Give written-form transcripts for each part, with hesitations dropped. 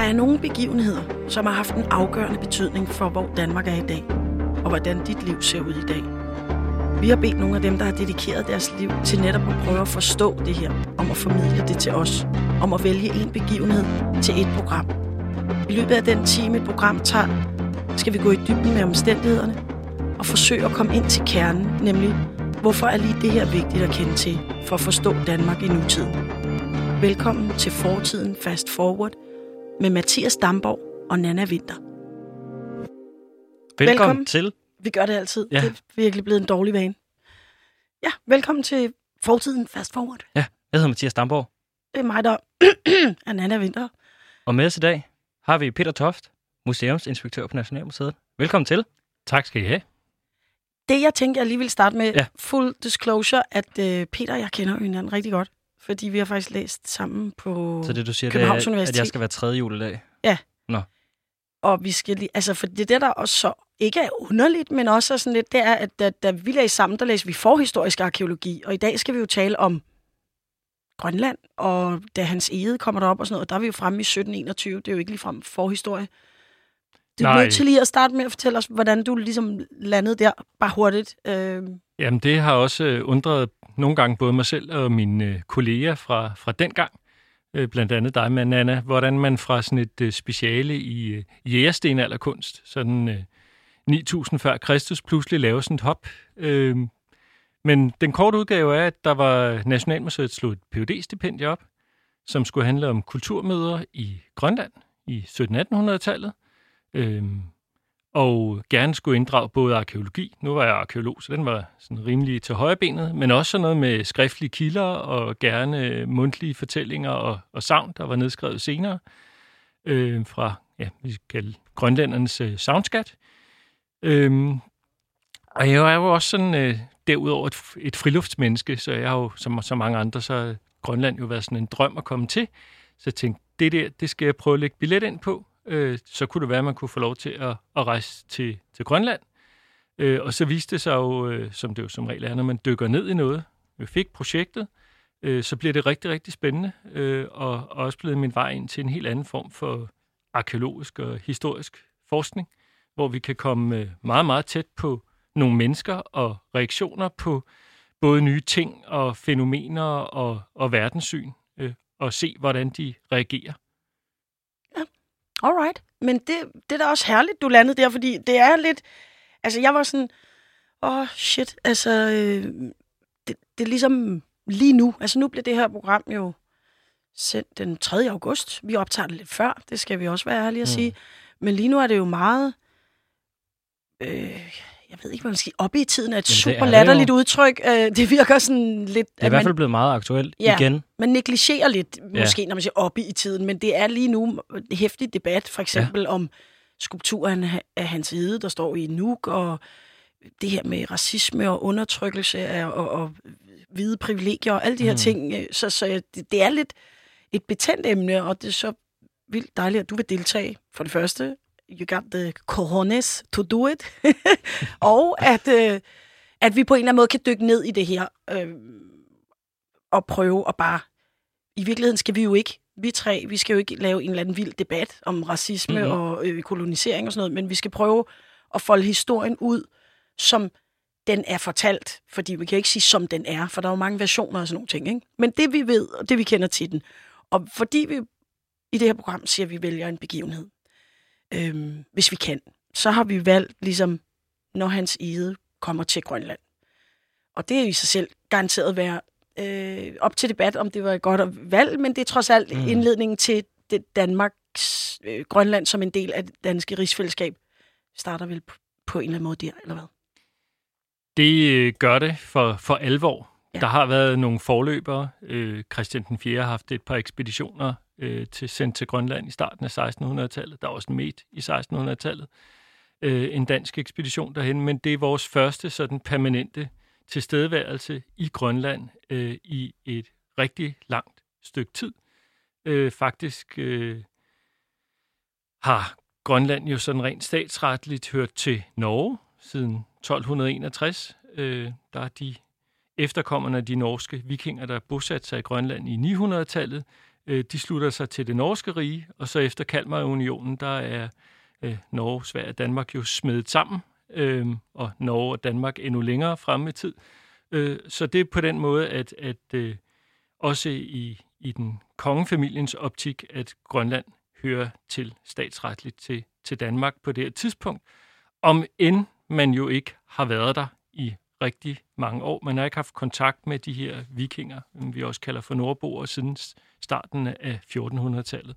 er nogle begivenheder, som har haft en afgørende betydning for, hvor Danmark er i dag, og hvordan dit liv ser ud i dag. Vi har bedt nogle af dem, der har dedikeret deres liv til netop at prøve at forstå det her, om at formidle det til os, om at vælge en begivenhed til et program. I løbet af den time, et program tager, skal vi gå i dybden med omstændighederne og forsøge at komme ind til kernen, nemlig hvorfor er lige det her vigtigt at kende til for at forstå Danmark i nutiden. Velkommen til Fortiden Fast Forward med Mathias Damborg og Nanna Winther. Velkommen til. Vi gør det altid. Ja. Det er virkelig blevet en dårlig vane. Ja, velkommen til Fortiden Fast Forward. Ja, jeg hedder Mathias Damborg. Det er mig, der er Nanna Winther. Og med os i dag har vi Peter Toft, museumsinspektør på Nationalmuseet. Velkommen til. Tak skal I have. Det, jeg tænker, jeg lige vil starte med, Ja. full disclosure, at Peter og jeg kender jo hinanden rigtig godt. Fordi vi har faktisk læst sammen på Så det, du siger, det Københavns er, Universitet. at jeg skal være tredje juledag. Og vi skal lige, altså for det der også så ikke er underligt, men også er sådan lidt, det er, at da vi læste sammen, der læste vi forhistorisk arkæologi, og i dag skal vi jo tale om Grønland, og da Hans Egede kommer derop og sådan noget, og der er vi jo fremme i 1721, det er jo ikke ligefrem forhistorie. Du er nødt til lige at starte med at fortælle os, hvordan du ligesom landede der, bare hurtigt. Jamen, det har også undret nogle gange både mig selv og mine kolleger fra den gang. Blandt andet dig, Nanna, hvordan man fra sådan et speciale i jægerstenalderkunst, sådan 9000 før Kristus, pludselig laver sådan et hop. Men den korte udgave er, at der var Nationalmuseet slået et Ph.D.-stipendie op, som skulle handle om kulturmøder i Grønland i 1700-1800-tallet, og gerne skulle inddrage både arkæologi, nu var jeg arkeolog, så den var sådan rimelig til højrebenet, men også sådan noget med skriftlige kilder og gerne mundtlige fortællinger og sagn, der var nedskrevet senere fra, ja, vi skal kalde grønlændernes savnskat. Og jeg er jo også sådan derudover et friluftsmenneske, så jeg har jo, som så mange andre, så har Grønland jo været sådan en drøm at komme til. Så jeg tænkte, det skal jeg prøve at lægge billet ind på. Så kunne det være, at man kunne få lov til at rejse til Grønland. Og så viste det sig jo, som det jo som regel er, når man dykker ned i noget. Vi fik projektet, så bliver det rigtig, rigtig spændende, og også blevet min vej ind til en helt anden form for arkæologisk og historisk forskning, hvor vi kan komme meget, meget tæt på nogle mennesker og reaktioner på både nye ting og fænomener og verdenssyn, og se, hvordan de reagerer. Alright, men det er da også herligt, du landede der, fordi det er lidt, altså jeg var sådan, shit, altså det er ligesom lige nu, altså nu bliver det her program jo sendt den 3. august, vi optager det lidt før, det skal vi også være ærlige at sige, men lige nu er det jo meget, jeg ved ikke, hvad man skal sige, oppe i tiden er et super latterligt udtryk. Det virker sådan lidt... Det er i hvert fald blevet meget aktuelt igen. Man negligerer lidt, måske, når man siger oppe i tiden, men det er lige nu en heftig debat, for eksempel om skulpturen af Hans Egede, der står i Nuuk, og det her med racisme og undertrykkelse og hvide privilegier og alle de her ting. Så det er lidt et betændt emne, og det er så vildt dejligt, at du vil deltage for det første. You got the cojones to do it. Og at vi på en eller anden måde kan dykke ned i det her og prøve at bare... I virkeligheden skal vi jo ikke, vi skal jo ikke lave en eller anden vild debat om racisme og kolonisering og sådan noget, men vi skal prøve at folde historien ud, som den er fortalt. Fordi vi kan ikke sige, som den er, for der er jo mange versioner og sådan nogle ting. Ikke? Men det vi ved, og det vi kender til den. Og fordi vi i det her program siger, at vi vælger en begivenhed, hvis vi kan, så har vi valgt, ligesom, når Hans Egede kommer til Grønland. Og det er i sig selv garanteret være op til debat, om det var et godt valg, men det er trods alt indledningen til det Danmarks Grønland som en del af det danske rigsfællesskab. Starter vel på en eller anden måde der, eller hvad? Det gør det for alvor. Ja. Der har været nogle forløbere. Christian den 4. har haft et par ekspeditioner sendt til Grønland i starten af 1600-tallet. Der er også en met i 1600-tallet. En dansk ekspedition derhen, men det er vores første sådan permanente tilstedeværelse i Grønland i et rigtig langt stykke tid. Faktisk har Grønland jo sådan rent statsretligt hørt til Norge siden 1261. Der er de efterkommerne af de norske vikinger, der bosatte sig i Grønland i 900-tallet, De slutter sig til det norske rige, og så efter Kalmarunionen, der er Norge, Sverige og Danmark jo smedet sammen, og Norge og Danmark endnu længere fremme i tid. Så det er på den måde, at også i den kongefamiliens optik, at Grønland hører til statsretligt til Danmark på det her tidspunkt. Om end man jo ikke har været der i rigtig mange år. Man har ikke haft kontakt med de her vikinger, vi også kalder for nordboere, siden starten af 1400-tallet.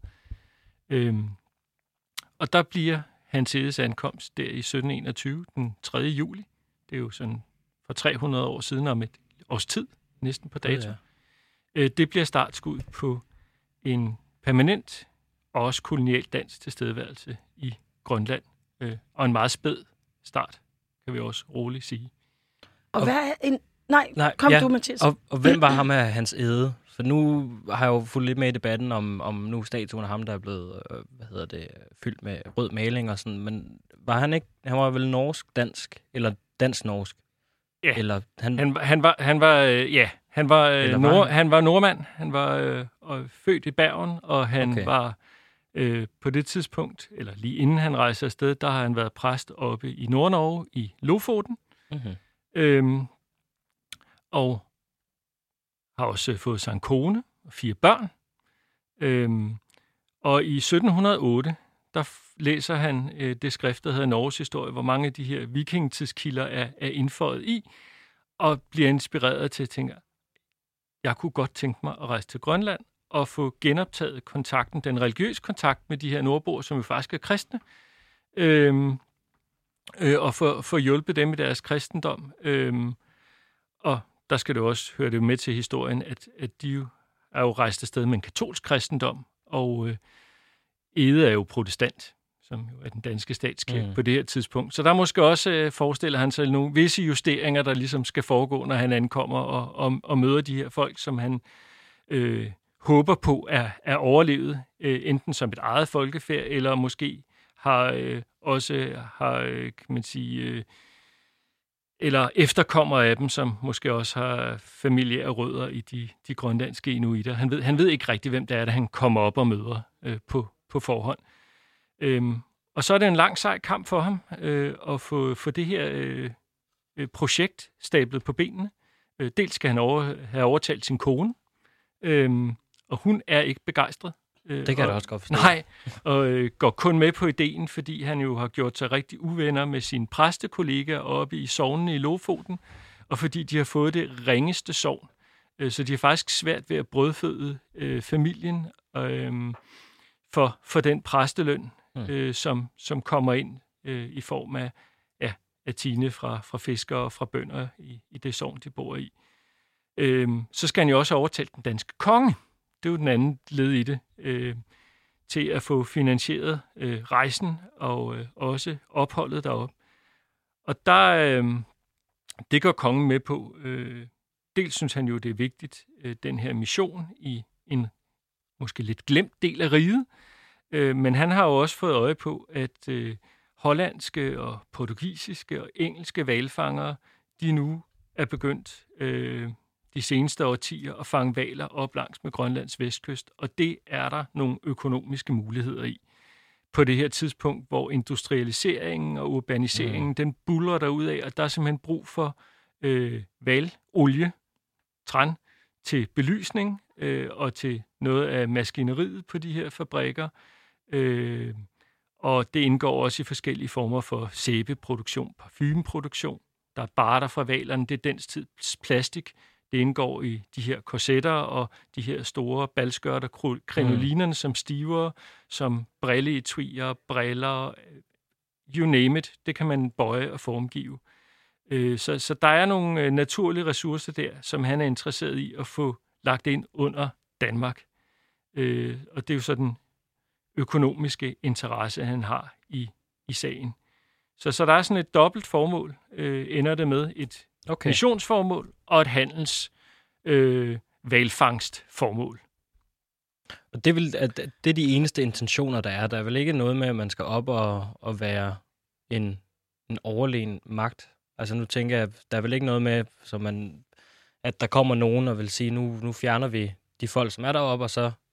Og der bliver Hans Egedes ankomst der i 1721, den 3. juli. Det er jo sådan for 300 år siden, om et års tid, næsten på dato. Ja. Det bliver startskud på en permanent og også kolonial dansk tilstedeværelse i Grønland. Og en meget spæd start, kan vi også roligt sige. Og hvad er en... Nej, du, Mathias. Og hvem var ham af Hans Egede? For nu har jeg jo fulgt lidt med i debatten om nu statuen af ham, der er blevet, fyldt med rød maling og sådan, men var han ikke... Han var vel norsk-dansk, eller dansk-norsk? Ja, eller han var nordmand. Han var født i Bergen, og han var på det tidspunkt, eller lige inden han rejste afsted, der har han været præst oppe i Nordnorge, i Lofoten. Mm-hmm. Og har også fået sig en kone og 4 børn. Og i 1708, der læser han det skrift, der hedder Norges historie, hvor mange af de her vikingetidskilder er indføjet i, og bliver inspireret til at tænke, jeg kunne godt tænke mig at rejse til Grønland og få genoptaget kontakten, den religiøse kontakt med de her nordboere, som jo faktisk er kristne, og få hjulpet dem i deres kristendom. Og der skal det også høre det med til historien, at de jo er jo rejst afsted med en katolsk kristendom, og Ede er jo protestant, som jo er den danske statskirke på det her tidspunkt. Så der måske også forestiller han sig nogle visse justeringer, der ligesom skal foregå, når han ankommer og møder de her folk, som han håber på er overlevet, enten som et eget folkefærd, eller måske kan man sige, eller efterkommer af dem, som måske også har familiære rødder i de grønlandske inuitter. Han ved ikke rigtig, hvem det er, der han kommer op og møder på forhånd. Og så er det en lang sej kamp for ham at få det her projekt stablet på benene. Dels skal han have overtalt sin kone, og hun er ikke begejstret. Det kan jeg da også godt forstå. Nej, og går kun med på ideen, fordi han jo har gjort sig rigtig uvenner med sine præstekollegaer oppe i sognene i Lofoten, og fordi de har fået det ringeste sogn. Så de har faktisk svært ved at brødføde familien for den præsteløn, som kommer ind i form af tine fra fiskere og fra bønder i det sogn, de bor i. Så skal han jo også overtale den danske konge. Det er jo den anden led i det, til at få finansieret rejsen og også opholdet deroppe. Og det går kongen med på. Dels synes han jo, det er vigtigt, den her mission i en måske lidt glemt del af riget, men han har jo også fået øje på, at hollandske og portugisiske og engelske hvalfangere, de nu er begyndt de seneste årtier at fange hvaler op langs med Grønlands vestkyst, og det er der nogle økonomiske muligheder i. På det her tidspunkt, hvor industrialiseringen og urbaniseringen, den buller derudad, og der er simpelthen brug for hvalolie, tran, til belysning og til noget af maskineriet på de her fabrikker. Og det indgår også i forskellige former for sæbeproduktion, parfumeproduktion. Der er barter fra hvalerne, det er dens tids plastik. Det indgår i de her korsetter og de her store balskørter, krinolinerne som stiver, som brilleetuier, briller, you name it. Det kan man bøje og formgive. Så der er nogle naturlige ressourcer der, som han er interesseret i at få lagt ind under Danmark. Og det er jo så den økonomiske interesse, han har i sagen. Så der er sådan et dobbelt formål, ender det med et missionsformål og et handels hvalfangstformål. Og det er de eneste intentioner, der er. Der er vel ikke noget med, at man skal op og være en overlegen magt. Altså nu tænker jeg, der er vel ikke noget med, at der kommer nogen og vil sige, nu fjerner vi de folk, som er deroppe, og så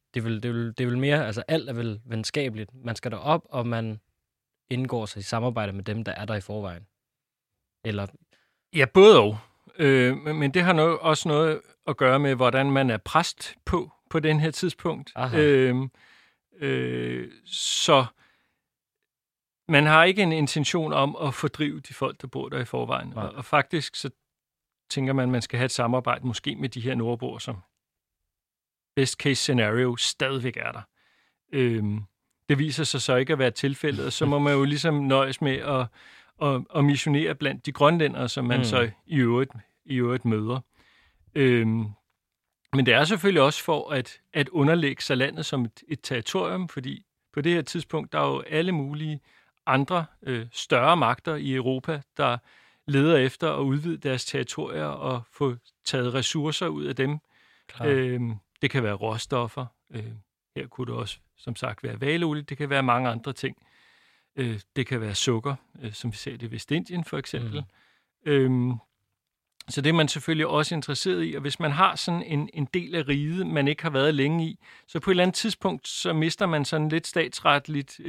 det er vel mere, altså alt er vel venskabeligt. Man skal derop, og man indgår sig i samarbejde med dem, der er der i forvejen. Eller... Ja, både og. Men det har også noget at gøre med, hvordan man er præst på den her tidspunkt. Så man har ikke en intention om at fordrive de folk, der bor der i forvejen. Og faktisk så tænker man, at man skal have et samarbejde måske med de her nordboer, som best case scenario stadigvæk er der. Det viser sig så ikke at være tilfældet, og så må man jo ligesom nøjes med at missionere blandt de grønlændere, som man så i øvrigt møder. Men det er selvfølgelig også for at underlægge sig landet som et territorium, fordi på det her tidspunkt, der er jo alle mulige andre større magter i Europa, der leder efter at udvide deres territorier og få taget ressourcer ud af dem. Det kan være råstoffer. Her kunne det også, som sagt, være hvalenolie. Det kan være mange andre ting. Det kan være sukker, som vi ser det i Vestindien for eksempel. Så det er man selvfølgelig også interesseret i. Og hvis man har sådan en del af riget, man ikke har været længe i, så på et eller andet tidspunkt, så mister man sådan lidt statsretligt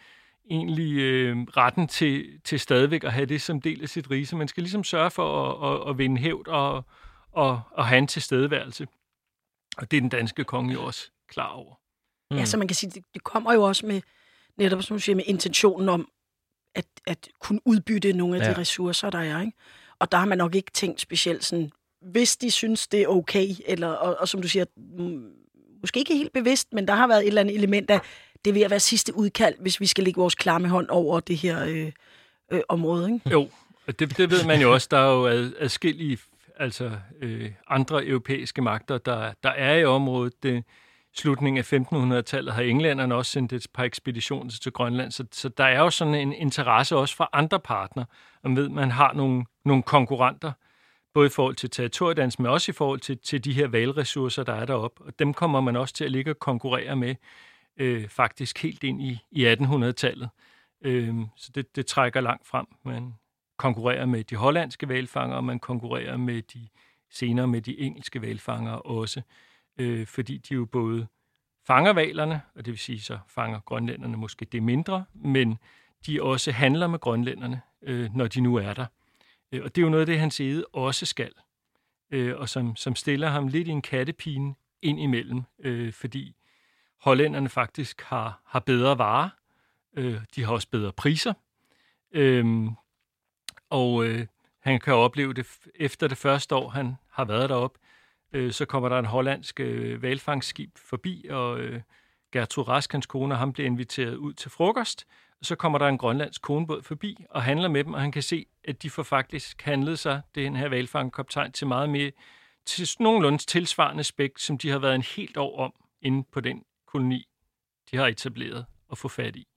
retten til stadigvæk at have det som del af sit rige. Så man skal ligesom sørge for at vinde hævd og have en tilstedeværelse. Og det er den danske konge jo også klar over. Ja, så man kan sige, det kommer jo også med, netop som du siger, med intentionen om at kunne udbytte nogle af de ressourcer, der er, ikke? Og der har man nok ikke tænkt specielt sådan, hvis de synes, det er okay, eller, og som du siger, måske ikke helt bevidst, men der har været et eller andet element af, det vil være sidste udkald, hvis vi skal lægge vores klamme hånd over det her område, ikke? Jo, og det ved man jo også. Der er jo adskillige andre europæiske magter, der er i området. Slutningen af 1500-tallet har englænderne også sendt et par ekspeditioner til Grønland, så der er jo sådan en interesse også fra andre partner, og ved, man har nogle konkurrenter, både i forhold til territoriedans, men også i forhold til de her hvalressourcer, der er deroppe, og dem kommer man også til at ligge og konkurrere med, faktisk helt ind i 1800-tallet. Så det trækker langt frem. Man konkurrerer med de hollandske hvalfangere, og man konkurrerer senere med de engelske hvalfangere også, fordi de jo både fanger hvalerne, og det vil sige, så fanger grønlænderne måske det mindre, men de også handler med grønlænderne, når de nu er der. Og det er jo noget af det, Hans Egede også skal, og som stiller ham lidt i en kattepine ind imellem, fordi hollænderne faktisk har bedre varer, de har også bedre priser, og han kan opleve det efter det første år, han har været deroppe. Så kommer der en hollandsk hvalfangskib forbi, og Gertrud Rask, hans kone, ham bliver inviteret ud til frokost. Og så kommer der en grønlandsk konebåd forbi og handler med dem, og han kan se, at de får faktisk handlet sig, den her hvalfangkaptajn, til meget mere, til nogenlunde tilsvarende spæk, som de har været en helt år om inde på den koloni, de har etableret og få fat i.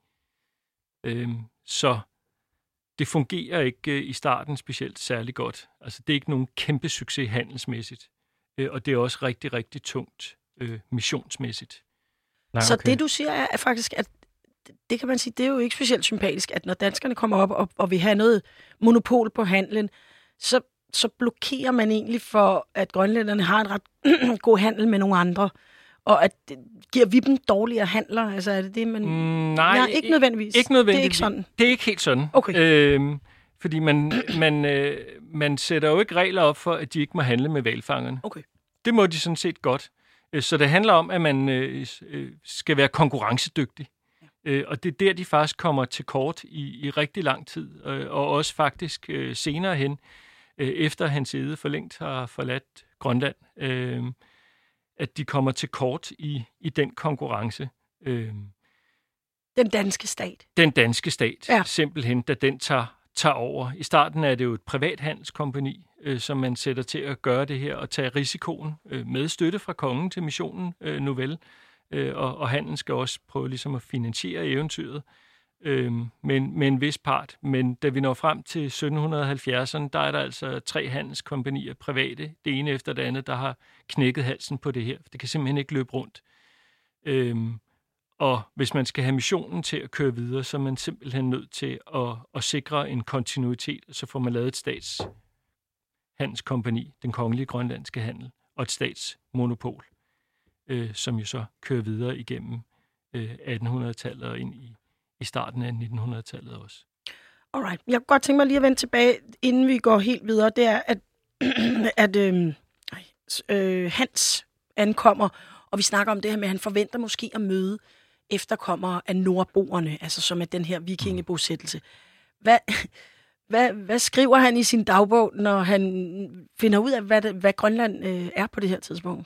Så det fungerer ikke i starten specielt særlig godt. Altså, det er ikke nogen kæmpe succes handelsmæssigt. Og det er også rigtig, rigtig tungt missionsmæssigt. Nej, okay. Så det, du siger, er faktisk, at det kan man sige, det er jo ikke specielt sympatisk, at når danskerne kommer op og vil have noget monopol på handlen, så blokerer man egentlig for, at grønlænderne har en ret god handel med nogle andre, og at giver vi dem dårligere handler? Altså, er det det, man... Nej, ikke nødvendigvis. Ikke nødvendigvis. Det er ikke sådan? Det er ikke helt sådan. Okay. Fordi man sætter jo ikke regler op for, at de ikke må handle med hvalfangerne. Okay. Det må de sådan set godt. Så det handler om, at man skal være konkurrencedygtig. Og det er der, de faktisk kommer til kort i rigtig lang tid. Og også faktisk senere hen, efter Hans Egede for længt har forladt Grønland, at de kommer til kort i den konkurrence. Den danske stat? Den danske stat, ja. Simpelthen, da den tager over. I starten er det jo et privat handelskompagni, som man sætter til at gøre det her og tage risikoen med støtte fra kongen til missionen, nu vel. Og handelen skal også prøve ligesom at finansiere eventyret med en vis part. Men da vi når frem til 1770'erne, der er der altså 3 handelskompagnier private, det ene efter det andet, der har knækket halsen på det her. Det kan simpelthen ikke løbe rundt. Og hvis man skal have missionen til at køre videre, så er man simpelthen nødt til at sikre en kontinuitet, og så får man lavet et statshandelskompagni, den kongelige grønlandske handel, og et statsmonopol. som jo så kører videre igennem 1800-tallet og ind i starten af 1900-tallet også. Alright. Jeg kunne godt tænke mig lige at vende tilbage, inden vi går helt videre. Det er, at Hans ankommer, og vi snakker om det her med, at han forventer måske at møde efterkommere af nordboerne, altså som er den her vikingebosættelse. Hvad skriver han i sin dagbog, når han finder ud af, hvad Grønland er på det her tidspunkt?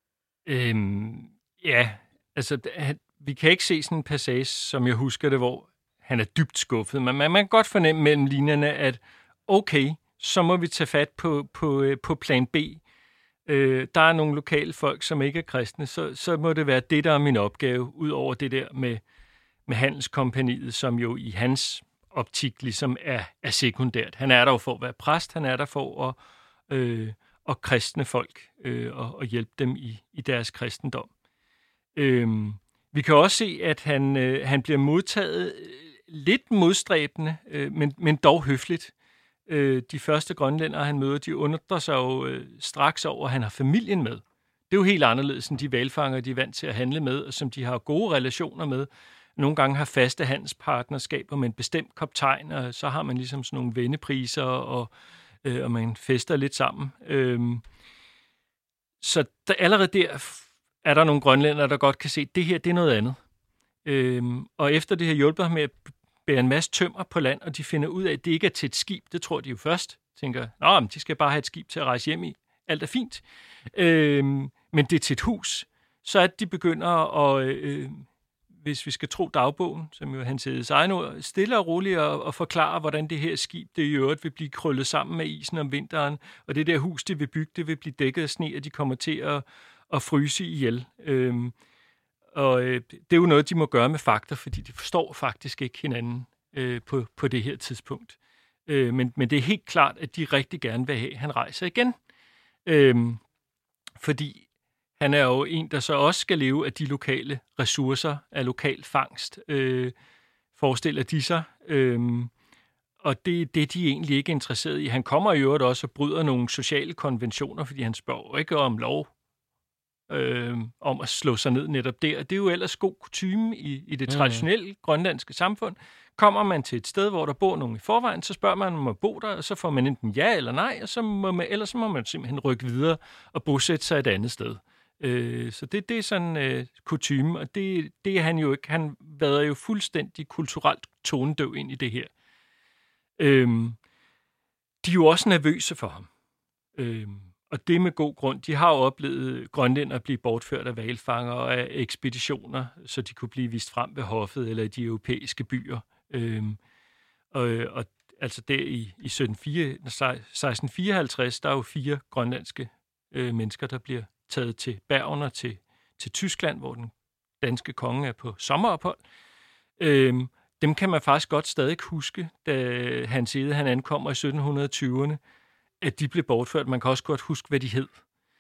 Vi kan ikke se sådan en passage, som jeg husker det, hvor han er dybt skuffet. Men man kan godt fornemme mellem linjerne, at okay, så må vi tage fat på plan B. Der er nogle lokale folk, som ikke er kristne, så må det være det, der er min opgave, ud over det der med handelskompagniet, som jo i hans optik ligesom er sekundært. Han er der jo for at være præst, han er der for at kristne folk og hjælpe dem i deres kristendom. Vi kan også se, at han bliver modtaget lidt modstræbende, men dog høfligt. De første grønlændere, han møder, de undrer sig jo straks over, at han har familien med. Det er jo helt anderledes end de hvalfangere, de er vant til at handle med, og som de har gode relationer med. Nogle gange har faste handelspartnerskaber med en bestemt kaptajn, og så har man ligesom sådan nogle vennepriser, og man fester lidt sammen. Så allerede der er der nogle grønlændere, der godt kan se, at det her, det er noget andet. Og efter det har hjulpet ham med at bære en masse tømmer på land, og de finder ud af, at det ikke er til et skib, det tror de jo først. Tænker, men de skal bare have et skib til at rejse hjem i. Alt er fint. Men det er til et hus. Så at de begynder at, hvis vi skal tro dagbogen, som jo hans egen ord, stille og roligt og forklare, hvordan det her skib, det i øvrigt vil blive krøllet sammen med isen om vinteren, og det der hus, de vil bygge, det vil blive dækket af sne, og de kommer til at fryse ihjel. Og det er jo noget, de må gøre med fakta, fordi de forstår faktisk ikke hinanden på det her tidspunkt. Men det er helt klart, at de rigtig gerne vil have, at han rejser igen. Fordi han er jo en, der så også skal leve af de lokale ressourcer, af lokal fangst, forestiller de sig. Og det er det, de egentlig ikke er interesseret i. Han kommer i øvrigt også og bryder nogle sociale konventioner, fordi han spørger ikke om lov om at slå sig ned netop der. Det er jo ellers god kutyme i det traditionelle grønlandske samfund. Kommer man til et sted, hvor der bor nogen i forvejen, så spørger man, om man bor der, og så får man enten ja eller nej, og ellers må man simpelthen rykke videre og bosætte sig et andet sted. Så det er sådan kutyme, og det er han jo ikke. Han vader jo fuldstændig kulturelt tonedøv ind i det her. De er jo også nervøse for ham. Og det med god grund. De har jo oplevet grønlændere at blive bortført af hvalfangere og af ekspeditioner, så de kunne blive vist frem ved hoffet eller i de europæiske byer. Og altså der i 1654, der er jo 4 grønlandske mennesker, der bliver taget til Bergen og til Tyskland, hvor den danske konge er på sommerophold. Dem kan man faktisk godt stadig huske, da han ankommer i 1720'erne, at de blev bortført. Man kan også godt huske, hvad de hed.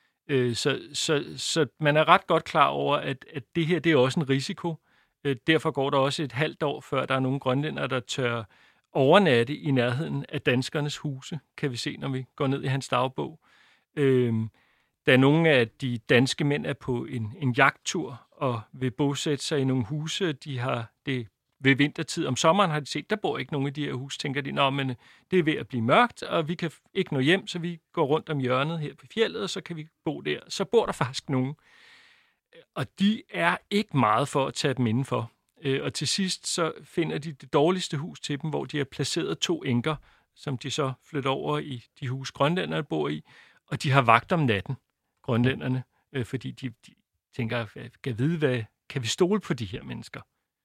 Så man er ret godt klar over, at det her, det er også en risiko. Derfor går der også et halvt år, før der er nogle grønlændere, der tør overnatte i nærheden af danskernes huse, kan vi se, når vi går ned i hans dagbog. Da nogle af de danske mænd er på en jagttur og vil bosætte sig i nogle huse, de har det ved vintertid. Om sommeren har de set, der bor ikke nogen af de her huse, tænker de, men det er ved at blive mørkt, og vi kan ikke nå hjem, så vi går rundt om hjørnet her på fjeldet, og så kan vi bo der. Så bor der faktisk nogen. Og de er ikke meget for at tage dem indenfor. Og til sidst så finder de det dårligste hus til dem, hvor de har placeret 2 enker, som de så flytter over i de hus, grønlænderne bor i, og de har vagt om natten, grønlænderne, fordi de tænker, kan vi stole på de her mennesker?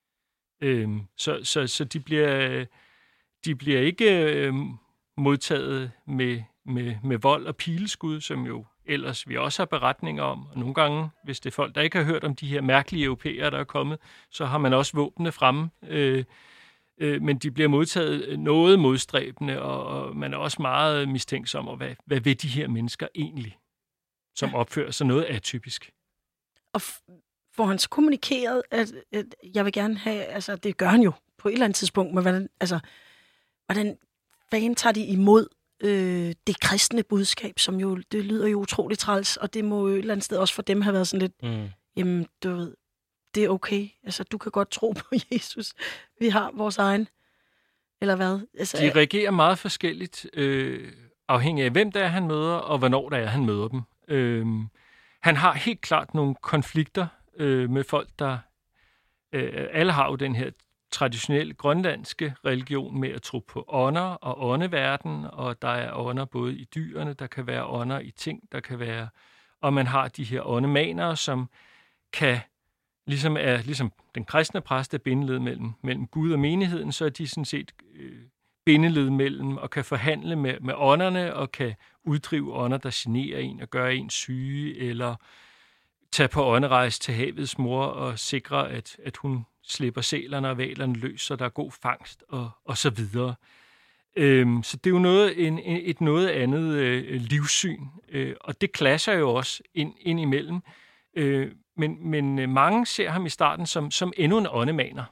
Så de bliver ikke modtaget med vold og pileskud, som jo ellers vi også har beretninger om. Og nogle gange, hvis det er folk, der ikke har hørt om de her mærkelige europæere, der er kommet, så har man også våbnene fremme. Men de bliver modtaget noget modstræbende, og man er også meget mistænksom om, hvad vil de her mennesker egentlig, som opfører sig noget atypisk. Og får han så kommunikeret, at jeg vil gerne have, altså det gør han jo på et eller andet tidspunkt, men hvordan fanden tager de imod det kristne budskab, som jo, det lyder jo utroligt træls, og det må jo et eller andet sted også for dem have været sådan lidt, jamen, du ved, det er okay. Altså, du kan godt tro på Jesus. Vi har vores egen, eller hvad? Altså, de reagerer meget forskelligt, afhængig af, hvem der er, han møder, og hvornår der er, han møder dem. Han har helt klart nogle konflikter med folk, der... alle har jo den her traditionelle grønlandske religion med at tro på ånder og åndeverden, og der er ånder både i dyrene, der kan være ånder i ting, der kan være... Og man har de her åndemanere, som kan... Ligesom den kristne præst er bindeled mellem Gud og menigheden, så er de sådan set bindeled mellem og kan forhandle med ånderne og kan uddrive ånder, der generer en og gør en syge, eller tage på ånderejse til havets mor og sikre, at hun slipper sælerne og hvalerne løs, så der er god fangst og så videre. Så det er jo et noget andet livssyn, og det clasher jo også ind imellem. Men mange ser ham i starten som endnu en åndemaner.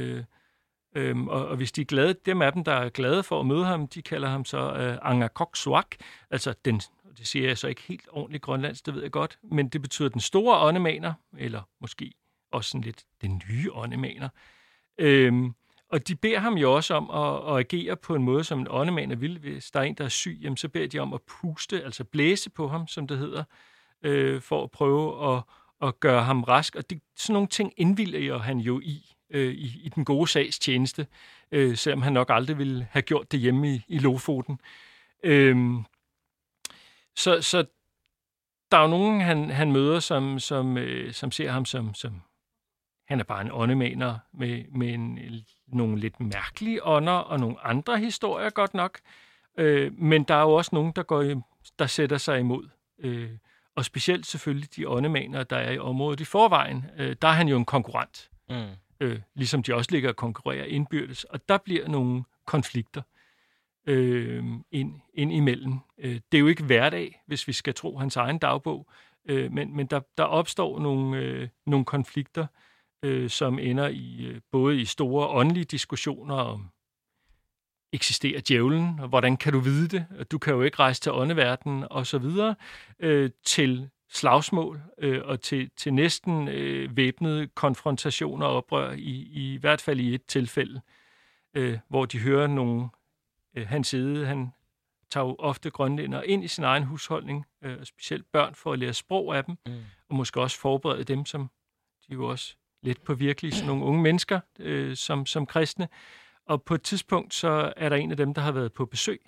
Og hvis de er glade, dem af dem, der er glade for at møde ham, de kalder ham så Angakok Suak, altså det siger jeg så ikke helt ordentligt grønlandsk, det ved jeg godt, men det betyder den store åndemaner, eller måske også sådan lidt den nye åndemaner. Og de beder ham jo også om at agere på en måde, som en åndemaner vil. Hvis der er en, der er syg, jamen, så beder de om at puste, altså blæse på ham, som det hedder, for at prøve at gøre ham rask. Og sådan nogle ting indvilger han jo i den gode sags tjeneste, selvom han nok aldrig ville have gjort det hjemme i Lofoten. Så der er jo nogen, han møder, som ser ham som han er bare en åndemaner med nogle lidt mærkelige ånder og nogle andre historier godt nok. Men der er jo også nogen, der sætter sig imod. Og specielt selvfølgelig de åndemaner, der er i området i forvejen. Der er han jo en konkurrent. Ligesom de også ligger og konkurrerer indbyrdes. Og der bliver nogle konflikter ind imellem. Det er jo ikke hverdag, hvis vi skal tro hans egen dagbog. Men der opstår nogle konflikter, som ender i både i store åndelige diskussioner om, eksisterer djævlen, og hvordan kan du vide det? Du kan jo ikke rejse til åndeverdenen, og så videre, til slagsmål, og til næsten væbnede konfrontationer og oprør, i hvert fald i et tilfælde, hvor de hører nogle hans side. Han tager jo ofte grønlændere ind i sin egen husholdning, og specielt børn, for at lære sprog af dem, og måske også forberede dem, som de jo også lidt på virkelig sådan nogle unge mennesker, som kristne. Og på et tidspunkt, så er der en af dem, der har været på besøg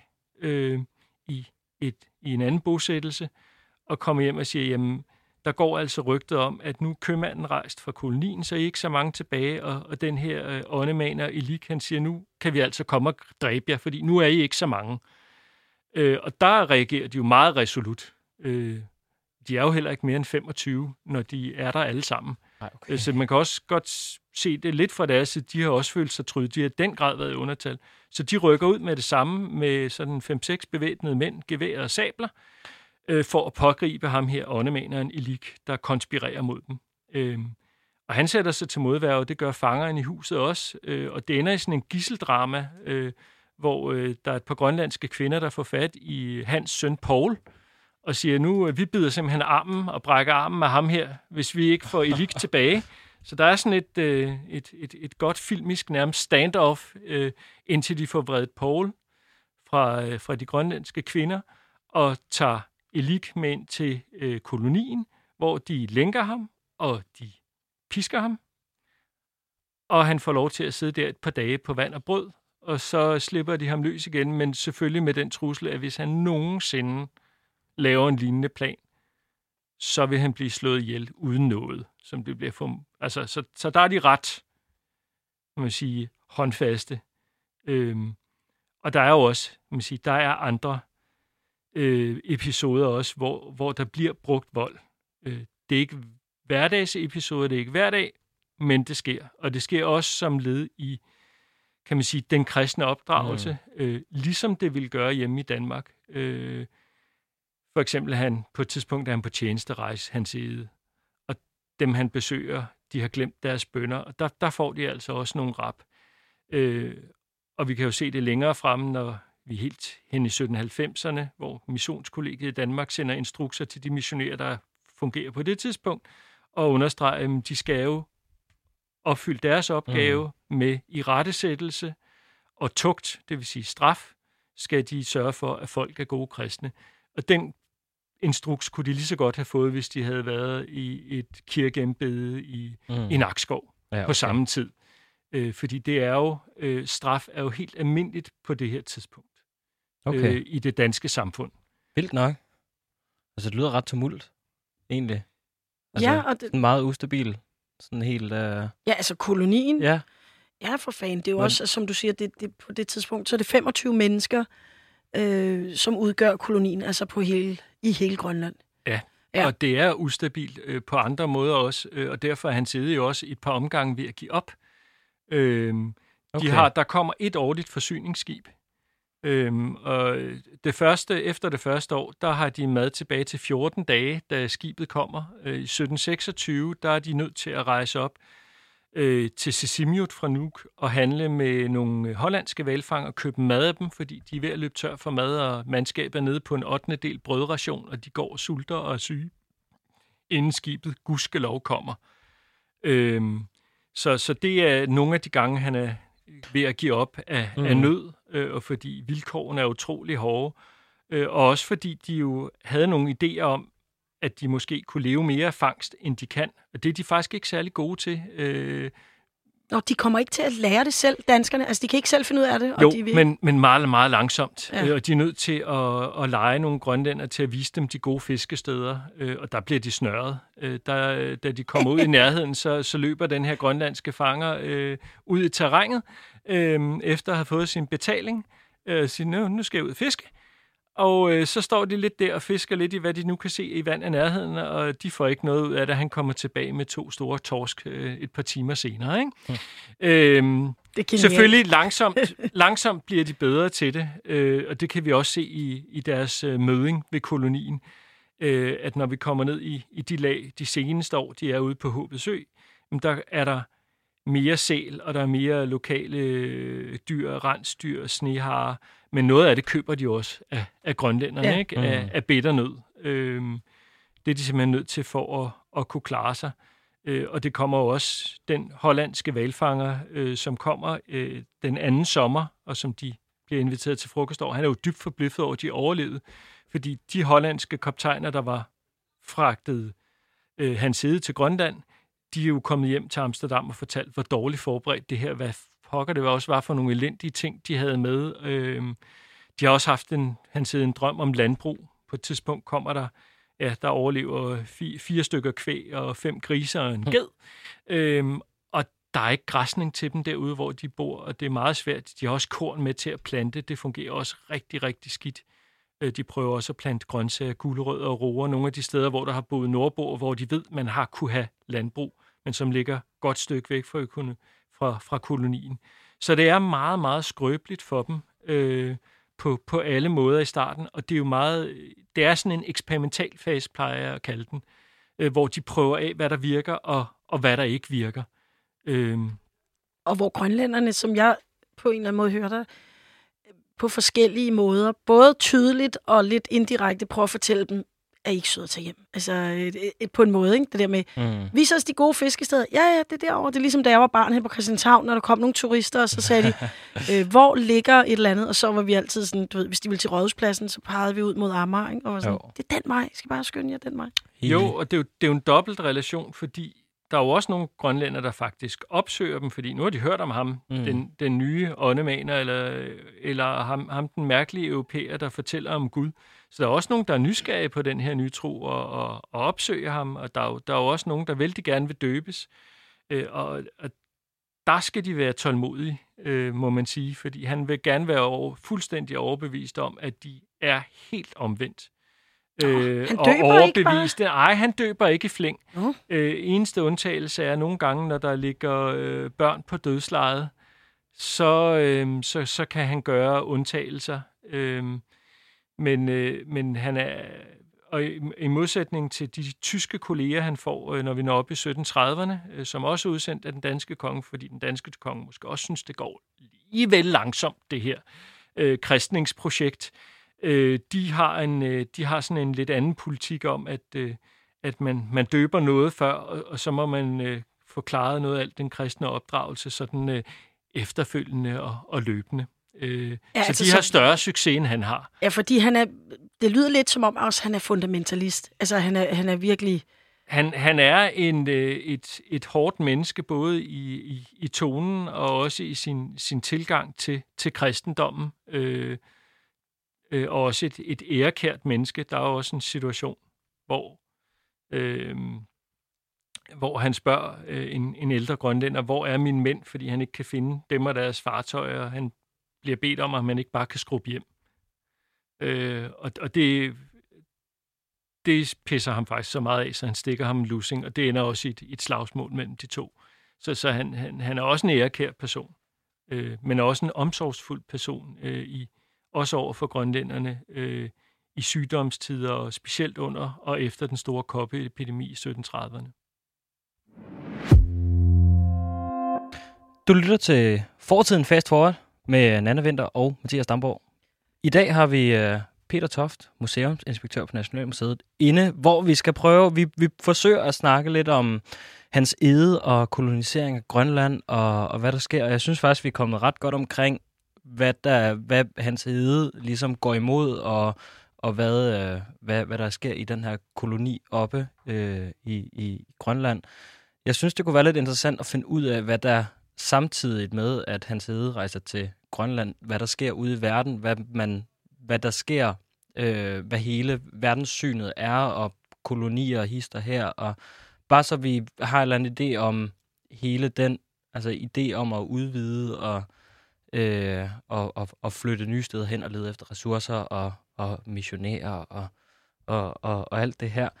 i en anden bosættelse, og kommer hjem og siger, jamen, der går altså rygtet om, at nu er købmanden rejst fra kolonien, så er I ikke så mange tilbage, og den her åndemaner Elik, han siger, nu kan vi altså komme og dræbe jer, fordi nu er I ikke så mange. Og der reagerer de jo meget resolut. De er jo heller ikke mere end 25, når de er der alle sammen. Okay. Så man kan også godt se det lidt fra deres side. De har også følt sig trydet. De har i den grad været i undertal. Så de rykker ud med det samme, med sådan 5-6 bevæbnede mænd, geværer og sabler, for at pågribe ham her, åndemaneren Elik, der konspirerer mod dem. Og han sætter sig til modværge, det gør fangeren i huset også, og det ender i sådan en gisseldrama, hvor der er et par grønlandske kvinder, der får fat i hans søn Paul, og siger, nu vi bider simpelthen armen og brækker armen af ham her, hvis vi ikke får Elik tilbage. Så der er sådan et godt filmisk nærmest stand-off, indtil de får vredet Paul fra de grønlandske kvinder, og tager Elik med ind til kolonien, hvor de lænker ham, og de pisker ham, og han får lov til at sidde der et par dage på vand og brød, og så slipper de ham løs igen, men selvfølgelig med den trussel, at hvis han nogensinde laver en lignende plan, så vil han blive slået ihjel uden noget, som det bliver for. Altså, så der er de ret, må man sige, håndfaste. Og der er jo også, må man sige, der er andre episoder også, hvor der bliver brugt vold. Det er ikke hverdagsepisoder, det er ikke hver dag, men det sker. Og det sker også som led i, kan man sige, den kristne opdragelse, ligesom det vil gøre hjemme i Danmark. For eksempel han på et tidspunkt er han på tjenesterejse, han side, og dem han besøger, de har glemt deres bønner, og der får de altså også nogle rap. Og vi kan jo se det længere fremme, når vi er helt hen i 1790'erne, hvor Missionskollegiet i Danmark sender instrukser til de missionærer, der fungerer på det tidspunkt, og understreger, at de skal jo opfylde deres opgave med irettesættelse og tugt, det vil sige straf, skal de sørge for, at folk er gode kristne. Og den instruks kunne de lige så godt have fået, hvis de havde været i et kirkeembede i Nakskov på samme tid. Fordi det er jo, straf er jo helt almindeligt på det her tidspunkt i det danske samfund. Vildt nok. Altså, det lyder ret tumult, egentlig. Altså, ja, og det... meget ustabil. Sådan helt... Ja, altså kolonien. Ja. Ja, for fanden. Det er jo også, som du siger, det på det tidspunkt, så er det 25 mennesker, som udgør kolonien, altså i hele Grønland. Ja, og det er ustabilt på andre måder også, og derfor er han siddet jo også i et par omgange ved at give op. Der kommer et årligt forsyningsskib, og efter det første år, der har de mad tilbage til 14 dage, da skibet kommer. I 1726, der er de nødt til at rejse op til Sisimiut fra Nuuk og handle med nogle hollandske hvalfanger og købe mad af dem, fordi de er ved at løbe tør for mad, og mandskabet er nede på en 8. del brødration, og de går og sulter og er syge, inden skibet gudskelov kommer. Så det er nogle af de gange, han er ved at give op af nød, og fordi vilkårene er utrolig hårde, og også fordi de jo havde nogle idéer om, at de måske kunne leve mere af fangst, end de kan. Og det er de faktisk ikke særlig gode til. Og de kommer ikke til at lære det selv, danskerne. Altså, de kan ikke selv finde ud af det. Jo, og de vil... men meget, meget langsomt. Ja. Og de er nødt til at lege nogle grønlænder til at vise dem de gode fiskesteder. Og der bliver de snørret. Da de kommer ud i nærheden, så løber den her grønlandske fanger ud i terrænet, efter at have fået sin betaling. Siger, nu skal jeg ud og fiske. Og så står de lidt der og fisker lidt i, hvad de nu kan se i vand af nærheden, og de får ikke noget ud af det. Han kommer tilbage med 2 store torsk et par timer senere. Ikke? Selvfølgelig langsomt bliver de bedre til det, og det kan vi også se i deres møding ved kolonien, at når vi kommer ned i de lag, de seneste år, de er ude på Håbets Ø, der er der mere sæl, og der er mere lokale dyr, rensdyr, sneharer, men noget af det køber de også af grønlænderne, ikke? Af bitternød. Det er de simpelthen nødt til for at kunne klare sig. Og det kommer jo også den hollandske hvalfanger, som kommer den anden sommer, og som de bliver inviteret til frokost over. Han er jo dybt forbløffet over, at de overlevede, fordi de hollandske kaptajner, der var fragtet hans side til Grønland, de er jo kommet hjem til Amsterdam og fortalt, hvor dårligt forberedt det her, hvad pokker det også var for nogle elendige ting, de havde med. De har også haft en drøm om landbrug. På et tidspunkt kommer der overlever 4 stykker kvæg og 5 griser og en ged. Og der er ikke græsning til dem derude, hvor de bor, og det er meget svært. De har også korn med til at plante. Det fungerer også rigtig, rigtig skidt. De prøver også at plante grøntsager, gulerødder og roer. Nogle af de steder, hvor der har boet nordboer, hvor de ved, man har kunne have landbrug, men som ligger godt stykke væk fra kolonien. Så det er meget, meget skrøbeligt for dem på alle måder i starten, og det er jo meget, det er sådan en eksperimental fase, plejer jeg at kalde den, hvor de prøver af, hvad der virker, og hvad der ikke virker. Og hvor grønlænderne, som jeg på en eller anden måde hørte, på forskellige måder, både tydeligt og lidt indirekte, prøver at fortælle dem, er I ikke søde at tage hjem? Altså, på en måde, ikke? Det der med, vis os de gode fiskesteder. Ja, det er derovre. Det er ligesom, da jeg var barn her på Christianshavn, når der kom nogle turister, og så sagde de, hvor ligger et eller andet? Og så var vi altid sådan, du ved, hvis de ville til Rådhuspladsen, så pegede vi ud mod Amager, ikke? Og var sådan, det er den vej. Jeg skal bare skynde jer den vej. Jo, og det er jo en dobbelt relation, fordi der er jo også nogle grønlænder, der faktisk opsøger dem, fordi nu har de hørt om ham, den nye åndemaner, eller ham den mærkelige europæer, der fortæller om Gud. Så der er også nogen, der er nysgerrige på den her nye tro og opsøger ham, og der er jo også nogen, der vældig gerne vil døbes. Og der skal de være tålmodige, må man sige, fordi han vil gerne være fuldstændig overbevist om, at de er helt omvendt. Han døber ikke bare? Nej, han døber ikke i flæng. Eneste undtagelse er nogle gange, når der ligger børn på dødslejet, så kan han gøre undtagelser. Men han er, og i modsætning til de tyske kolleger, han får, når vi når op i 1730'erne, som også er udsendt af den danske konge, fordi den danske konge måske også synes, det går alligevel langsomt, det her. kristningsprojekt. De har sådan en lidt anden politik om, at man døber noget før, og så må man få klaret noget af alt den kristne opdragelse sådan efterfølgende og løbende. Så de har større succes, end han har. Ja, fordi det lyder lidt som om også, han er fundamentalist. Altså, han er virkelig... Han er et hårdt menneske, både i tonen og også i sin tilgang til kristendommen. Og også et ærekært menneske. Der er også en situation, hvor han spørger en ældre grønlænder, hvor er mine mænd, fordi han ikke kan finde dem og deres fartøjer. Han bliver bedt om, at man ikke bare kan skrubbe hjem. Og det pisser ham faktisk så meget af, så han stikker ham en lussing, og det ender også i et slagsmål mellem de to. Så han er også en ærekær person, men også en omsorgsfuld person, også over for grønlænderne i sygdomstider, og specielt under og efter den store koppeepidemi i 1730'erne. Du lytter til Fortiden Fast Forward med Nanna Winther og Mathias Damborg. I dag har vi Peter Toft, museumsinspektør på Nationalmuseet, inde, hvor vi skal prøve, vi forsøger at snakke lidt om hans ede og kolonisering af Grønland og hvad der sker. Og jeg synes faktisk, vi er kommet ret godt omkring, hvad hans ede ligesom går imod, og hvad der sker i den her koloni oppe i Grønland. Jeg synes, det kunne være lidt interessant at finde ud af, hvad der samtidig med, at hans ede rejser til Grønland, hvad der sker ude i verden, hvad der sker, hvad hele verdenssynet er, og kolonier og hister her, og bare så vi har en eller anden idé om hele den, altså idé om at udvide og flytte nye steder hen og lede efter ressourcer og missionærer og alt det her.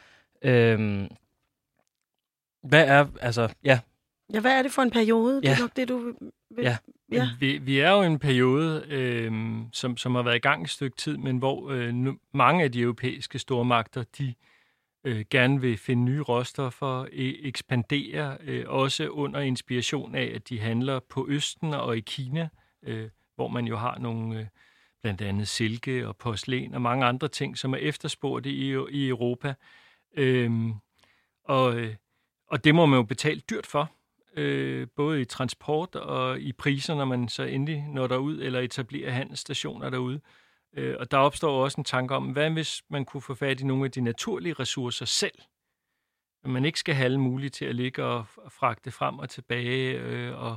Hvad er, altså, ja. Ja, hvad er det for en periode? Ja. Det er nok det, du vil... Ja. Ja. Vi er jo i en periode, som har været i gang et stykke tid, men hvor mange af de europæiske stormagter, de gerne vil finde nye råstoffer, ekspandere, også under inspiration af, at de handler på Østen og i Kina, hvor man jo har nogle, blandt andet silke og porcelæn og mange andre ting, som er efterspurgte i Europa. Og det må man jo betale dyrt for. Både i transport og i priser, når man så endelig når derud, eller etablerer handelsstationer derude. Og der opstår også en tanke om, hvad hvis man kunne få fat i nogle af de naturlige ressourcer selv? At man ikke skal have alle mulige til at ligge og fragte frem og tilbage, og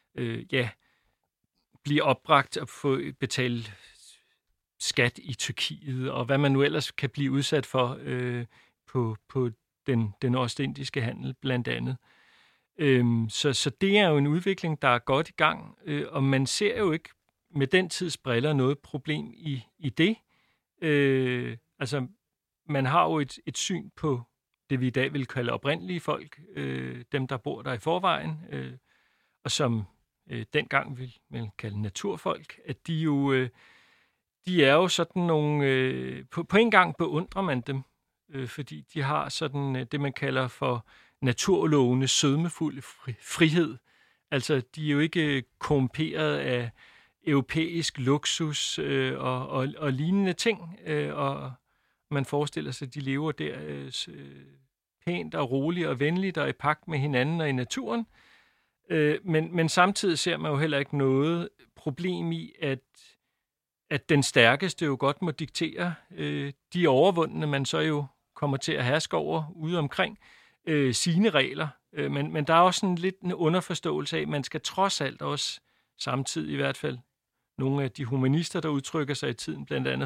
blive opbragt og få betalt skat i Tyrkiet, og hvad man nu ellers kan blive udsat for på den ostindiske handel, blandt andet. Så det er jo en udvikling, der er godt i gang, og man ser jo ikke med den tids briller noget problem i det. Altså, man har jo et syn på det, vi i dag vil kalde oprindelige folk, dem, der bor der i forvejen, og som dengang vil man kalde naturfolk, at de er jo sådan nogle... På en gang beundrer man dem, fordi de har sådan det, man kalder for naturlovende, sødmefuld frihed. Altså, de er jo ikke korrumperet af europæisk luksus og lignende ting, og man forestiller sig, at de lever der pænt og roligt og venligt og i pagt med hinanden og i naturen. Men samtidig ser man jo heller ikke noget problem i, at den stærkeste jo godt må diktere de overvundne, man så jo kommer til at herske over ude omkring sine regler. Men der er også sådan lidt en underforståelse af, at man skal trods alt også samtidig i hvert fald nogle af de humanister, der udtrykker sig i tiden, blandt andet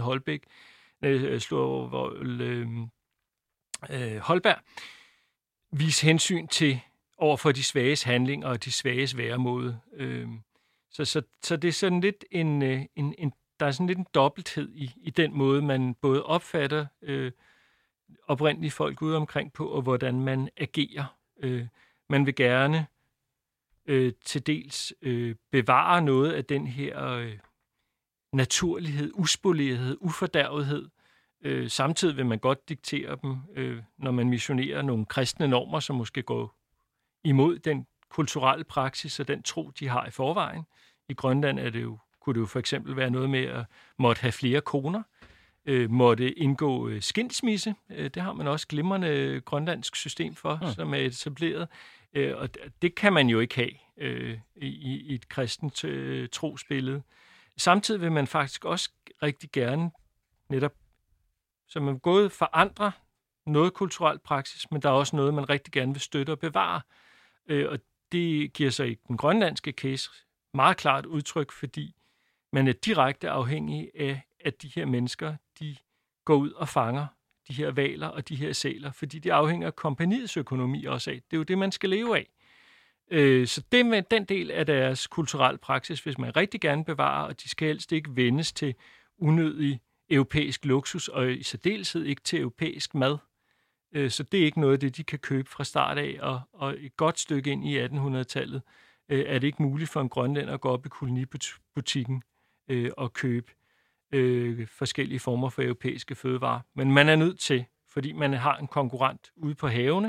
Holberg, vise hensyn til overfor de svages handling og de svages væremåde. Så det er sådan lidt der er sådan lidt en dobbelthed i den måde, man både opfatter oprindelige folk ude omkring på, og hvordan man agerer. Man vil gerne til dels bevare noget af den her naturlighed, uspolerethed, ufordærvethed. Samtidig vil man godt diktere dem, når man missionerer nogle kristne normer, som måske går imod den kulturelle praksis og den tro, de har i forvejen. I Grønland er det jo kunne det jo for eksempel være noget med at måtte have flere koner, måtte indgå skilsmisse. Det har man også glimrende grønlandsk system for, som er etableret. Og det kan man jo ikke have i et kristent trosbillede. Samtidig vil man faktisk også rigtig gerne netop, så man både forandrer noget kulturelt praksis, men der er også noget, man rigtig gerne vil støtte og bevare. Og det giver sig i den grønlandske case meget klart udtryk, fordi man er direkte afhængig af, at de her mennesker, de går ud og fanger de her hvaler og de her sæler, fordi det afhænger af kompagniets økonomi også af. Det er jo det, man skal leve af. Så det med den del af deres kulturelle praksis, hvis man rigtig gerne bevarer, og de skal helst ikke vendes til unødig europæisk luksus, og i særdeleshed ikke til europæisk mad. Så det er ikke noget af det, de kan købe fra start af, og et godt stykke ind i 1800-tallet er det ikke muligt for en grønlænder at gå op i kolonibutikken og købe forskellige former for europæiske fødevarer. Men man er nødt til, fordi man har en konkurrent ude på havene,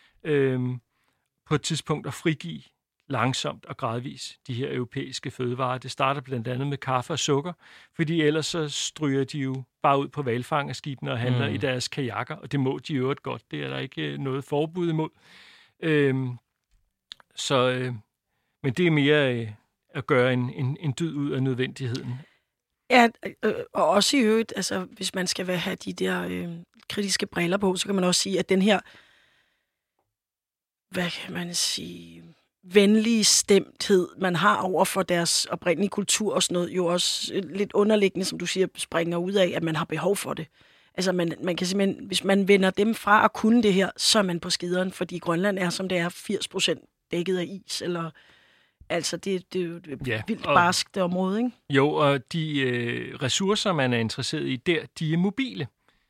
på et tidspunkt at frigive langsomt og gradvis de her europæiske fødevarer. Det starter blandt andet med kaffe og sukker, fordi ellers så stryger de jo bare ud på hvalfangerskibene og handler i deres kajakker, og det må de jo godt. Det er der ikke noget forbud imod. Men det er mere at gøre en dyd ud af nødvendigheden. Ja, og også i øvrigt, altså hvis man skal have de der kritiske briller på, så kan man også sige, at den her, hvad kan man sige, venlige stemthed, man har over for deres oprindelige kultur og sådan noget, jo også lidt underliggende, som du siger, springer ud af, at man har behov for det. Altså man kan simpelthen, hvis man vender dem fra at kunne det her, så er man på skideren, fordi Grønland er, som det er, 80% dækket af is, eller altså det er jo et vildt barskt område, ikke? Jo, og de ressourcer, man er interesseret i der, de er mobile.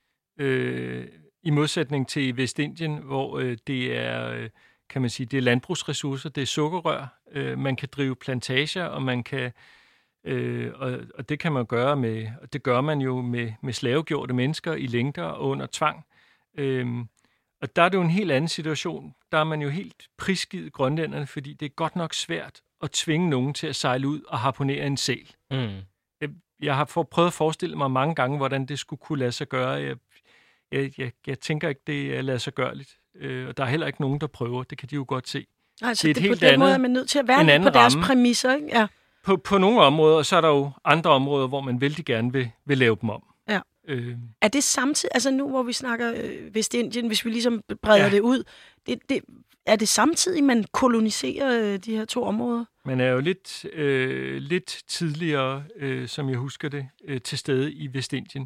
I modsætning til Vestindien, hvor det er, kan man sige, det er landbrugsressourcer, det er sukkerrør, man kan drive plantager, og man kan og det kan man gøre med, og det gør man jo med slavegjorte mennesker i længder og under tvang. Og der er det jo en helt anden situation. Der er man jo helt prisgivet grønlænderne, fordi det er godt nok svært at tvinge nogen til at sejle ud og harponere en sæl. Jeg har prøvet at forestille mig mange gange, hvordan det skulle kunne lade sig gøre. Jeg tænker ikke, det er lade sig gørligt. Og der er heller ikke nogen, der prøver. Det kan de jo godt se. Altså, det er på den måde, at man er nødt til at være på deres præmisser, ikke? Ja. På nogle områder, og så er der jo andre områder, hvor man vældig gerne vil lave dem om. Ja. Er det samtidig, altså nu hvor vi snakker Vestindien, hvis vi ligesom breder det ud, er det samtidig, man koloniserer de her to områder? Man er jo lidt tidligere, som jeg husker det, til stede i Vestindien.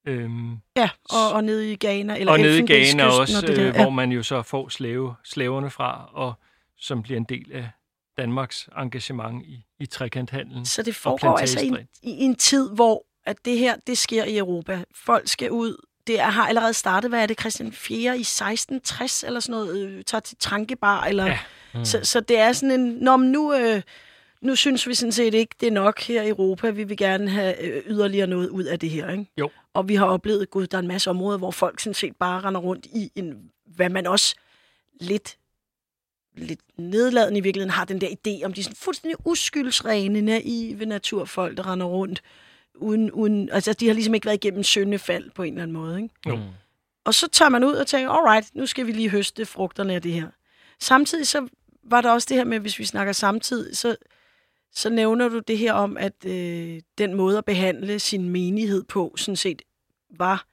Og nede i Ghana, eller nede i Ghana også, hvor man jo så får slaverne fra, og som bliver en del af Danmarks engagement i trekanthandlen. Så det foregår altså i en tid, hvor at det her, det sker i Europa. Folk skal ud. Det har allerede startet, hvad er det, Christian 4. i 1660 eller sådan noget, tager til Trankebar, eller... Ja. Så det er sådan en... Nu synes vi sådan set ikke, det er nok her i Europa. Vi vil gerne have yderligere noget ud af det her, ikke? Jo. Og vi har oplevet, gud, der er en masse områder, hvor folk sådan set bare render rundt i hvad man også lidt nedladende i virkeligheden har den der idé om de sådan fuldstændig uskyldsrene, naive naturfolk, der render rundt uden altså de har ligesom ikke været igennem syndefald på en eller anden måde, ikke? Jo. Og så tager man ud og tænker, alright, nu skal vi lige høste frugterne af det her. Samtidig så var der også det her med, hvis vi snakker samtidig, så nævner du det her om, at den måde at behandle sin menighed på, sådan set var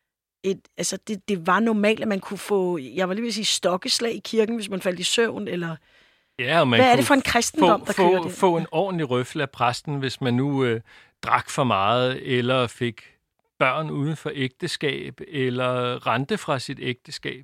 det var normalt, at man kunne få, jeg var lige ved at sige, stokkeslag i kirken, hvis man faldt i søvn, eller... Ja, og man hvad er det for en kristendom, der kører det? Få en ordentlig røffel af præsten, hvis man nu drak for meget, eller fik børn uden for ægteskab, eller rente fra sit ægteskab.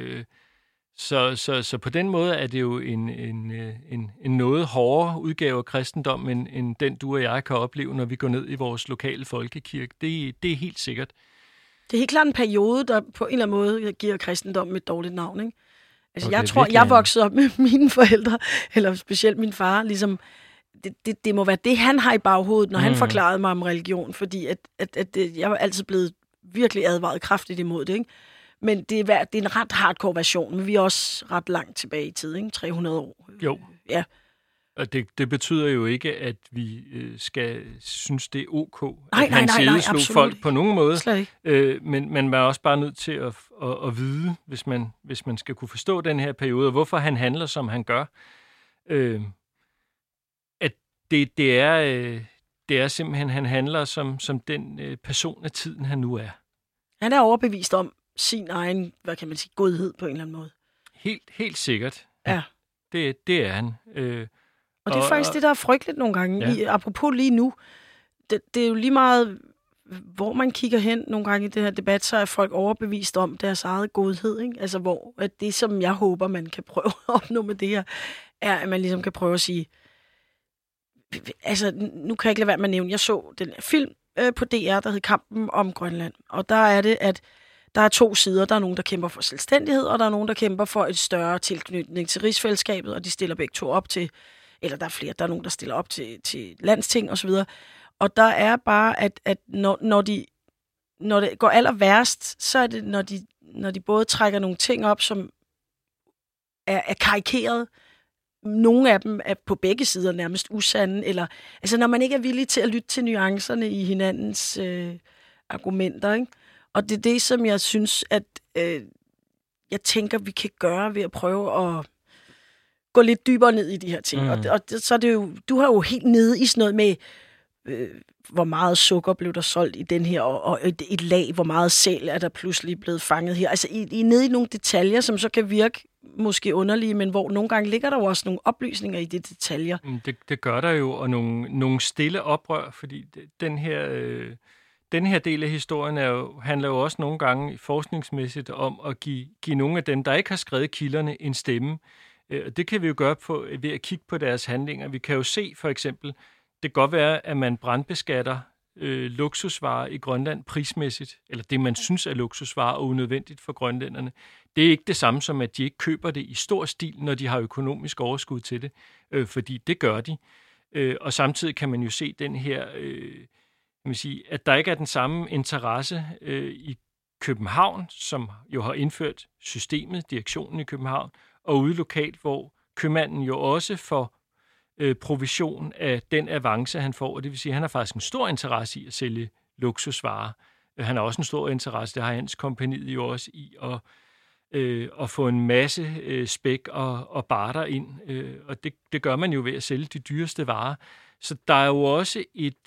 Så på den måde er det jo en noget hårdere udgave af kristendom, end den du og jeg kan opleve, når vi går ned i vores lokale folkekirke. Det er helt sikkert. Det er helt klart en periode, der på en eller anden måde giver kristendom et dårligt navn, ikke? Altså, jeg tror, jeg voksede op med mine forældre, eller specielt min far, ligesom, det må være det, han har i baghovedet, når han forklarede mig om religion, fordi at jeg var altid blevet virkelig advaret kraftigt imod det, ikke? Men det er en ret hardcore version, men vi er også ret langt tilbage i tid, ikke? 300 år. Jo. Ja. Og det betyder jo ikke, at vi skal synes, det er ok, at hans side slog folk ikke. på nogen måde. Slet ikke. Men man er også bare nødt til at vide, hvis man skal kunne forstå den her periode, og hvorfor han handler, som han gør. At det er simpelthen, han handler som den person af tiden, han nu er. Han er overbevist om sin egen, hvad kan man sige, godhed på en eller anden måde. Helt sikkert. Ja. Det er han. Og det er faktisk det, der er frygteligt nogle gange. Ja. Apropos lige nu, det er jo lige meget, hvor man kigger hen nogle gange i det her debat, så er folk overbevist om deres eget godhed. Ikke? Altså hvor at det, som jeg håber, man kan prøve at opnå med det her, er, at man ligesom kan prøve at sige, altså nu kan jeg ikke lade være med at nævne, jeg så den film på DR, der hed Kampen om Grønland. Og der er det, at der er to sider. Der er nogen, der kæmper for selvstændighed, og der er nogen, der kæmper for et større tilknytning til rigsfællesskabet, og de stiller begge to op til, eller der er flere, der er nogen, der stiller op til landsting osv. Og der er bare, at når det går aller værst, så er det, når de både trækker nogle ting op, som er karikeret. Nogle af dem er på begge sider nærmest usande, eller altså når man ikke er villig til at lytte til nuancerne i hinandens argumenter, ikke? Og det er det, som jeg synes, at jeg tænker, vi kan gøre ved at prøve at gå lidt dybere ned i de her ting. Og så er det jo, du har jo helt nede i sådan noget med, hvor meget sukker blev der solgt i den her, og et lag, hvor meget sæl er der pludselig blevet fanget her. Altså I er nede i nogle detaljer, som så kan virke måske underlige, men hvor nogle gange ligger der jo også nogle oplysninger i de detaljer. Det gør der jo, og nogle stille oprør, fordi den her del af historien handler jo også nogle gange forskningsmæssigt om at give nogle af dem, der ikke har skrevet kilderne, en stemme. Det kan vi jo gøre ved at kigge på deres handlinger. Vi kan jo se for eksempel, det kan godt være, at man brandbeskatter luksusvarer i Grønland prismæssigt, eller det, man synes er luksusvarer og unødvendigt for grønlænderne. Det er ikke det samme som, at de ikke køber det i stor stil, når de har økonomisk overskud til det, fordi det gør de. Og samtidig kan man jo se den her, at der ikke er den samme interesse i København, som jo har indført systemet, direktionen i København, og ude lokalt, hvor købmanden jo også får provision af den avance, han får. Og det vil sige, at han har faktisk en stor interesse i at sælge luksusvarer. Han har også en stor interesse, det har hans kompagniet jo også, i at få en masse spæk og barter ind. Og det gør man jo ved at sælge de dyreste varer. Så der er jo også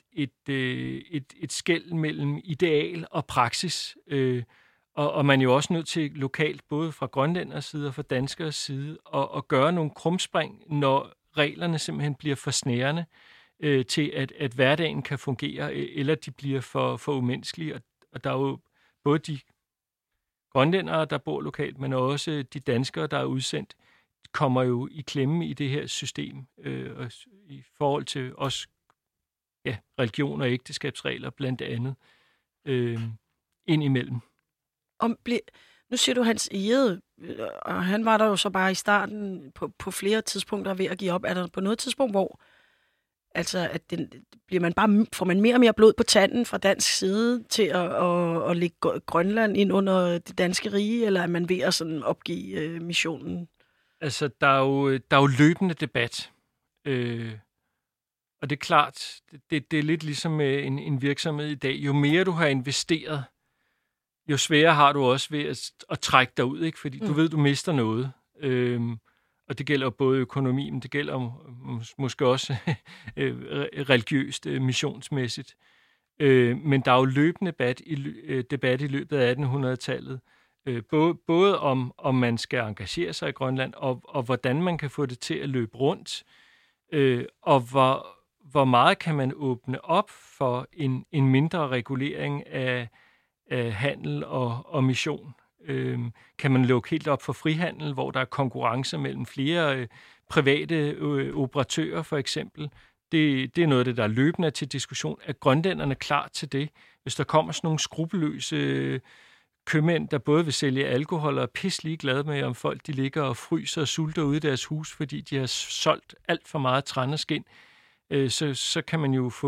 et skel mellem ideal og praksis. Og man er jo også nødt til lokalt, både fra grønlænders side og fra danskers side, at gøre nogle krumspring, når reglerne simpelthen bliver for snærende til, at hverdagen kan fungere, eller de bliver for umenneskelige. Og der er jo både de grønlændere, der bor lokalt, men også de danskere, der er udsendt, kommer jo i klemme i det her system, og i forhold til også religion og ægteskabsregler blandt andet indimellem. Nu siger du Hans Egede, og han var der jo så bare i starten på flere tidspunkter ved at give op. Er der på noget tidspunkt, hvor altså, at får man mere og mere blod på tanden fra dansk side til at lægge Grønland ind under det danske rige, eller er man ved at sådan opgive missionen? Altså, der er jo løbende debat. Og det er klart, det er lidt ligesom med en virksomhed i dag. Jo mere du har investeret, jo sværere har du også ved at trække dig ud, ikke? Fordi du ved, du mister noget. Og det gælder både økonomi, men det gælder måske også religiøst, missionsmæssigt. Men der er jo løbende debat i løbet af 1800-tallet. Både om man skal engagere sig i Grønland, og hvordan man kan få det til at løbe rundt, og hvor meget kan man åbne op for en mindre regulering af handel og mission. Kan man lukke helt op for frihandel, hvor der er konkurrence mellem flere private operatører for eksempel. Det er noget af det, der er løbende til diskussion. Er grønlænderne klar til det? Hvis der kommer sådan nogle skrupelløse købmænd, der både vil sælge alkohol og er pisselig glade med, om folk de ligger og fryser og sulter ude i deres hus, fordi de har solgt alt for meget træn og skind, så kan man jo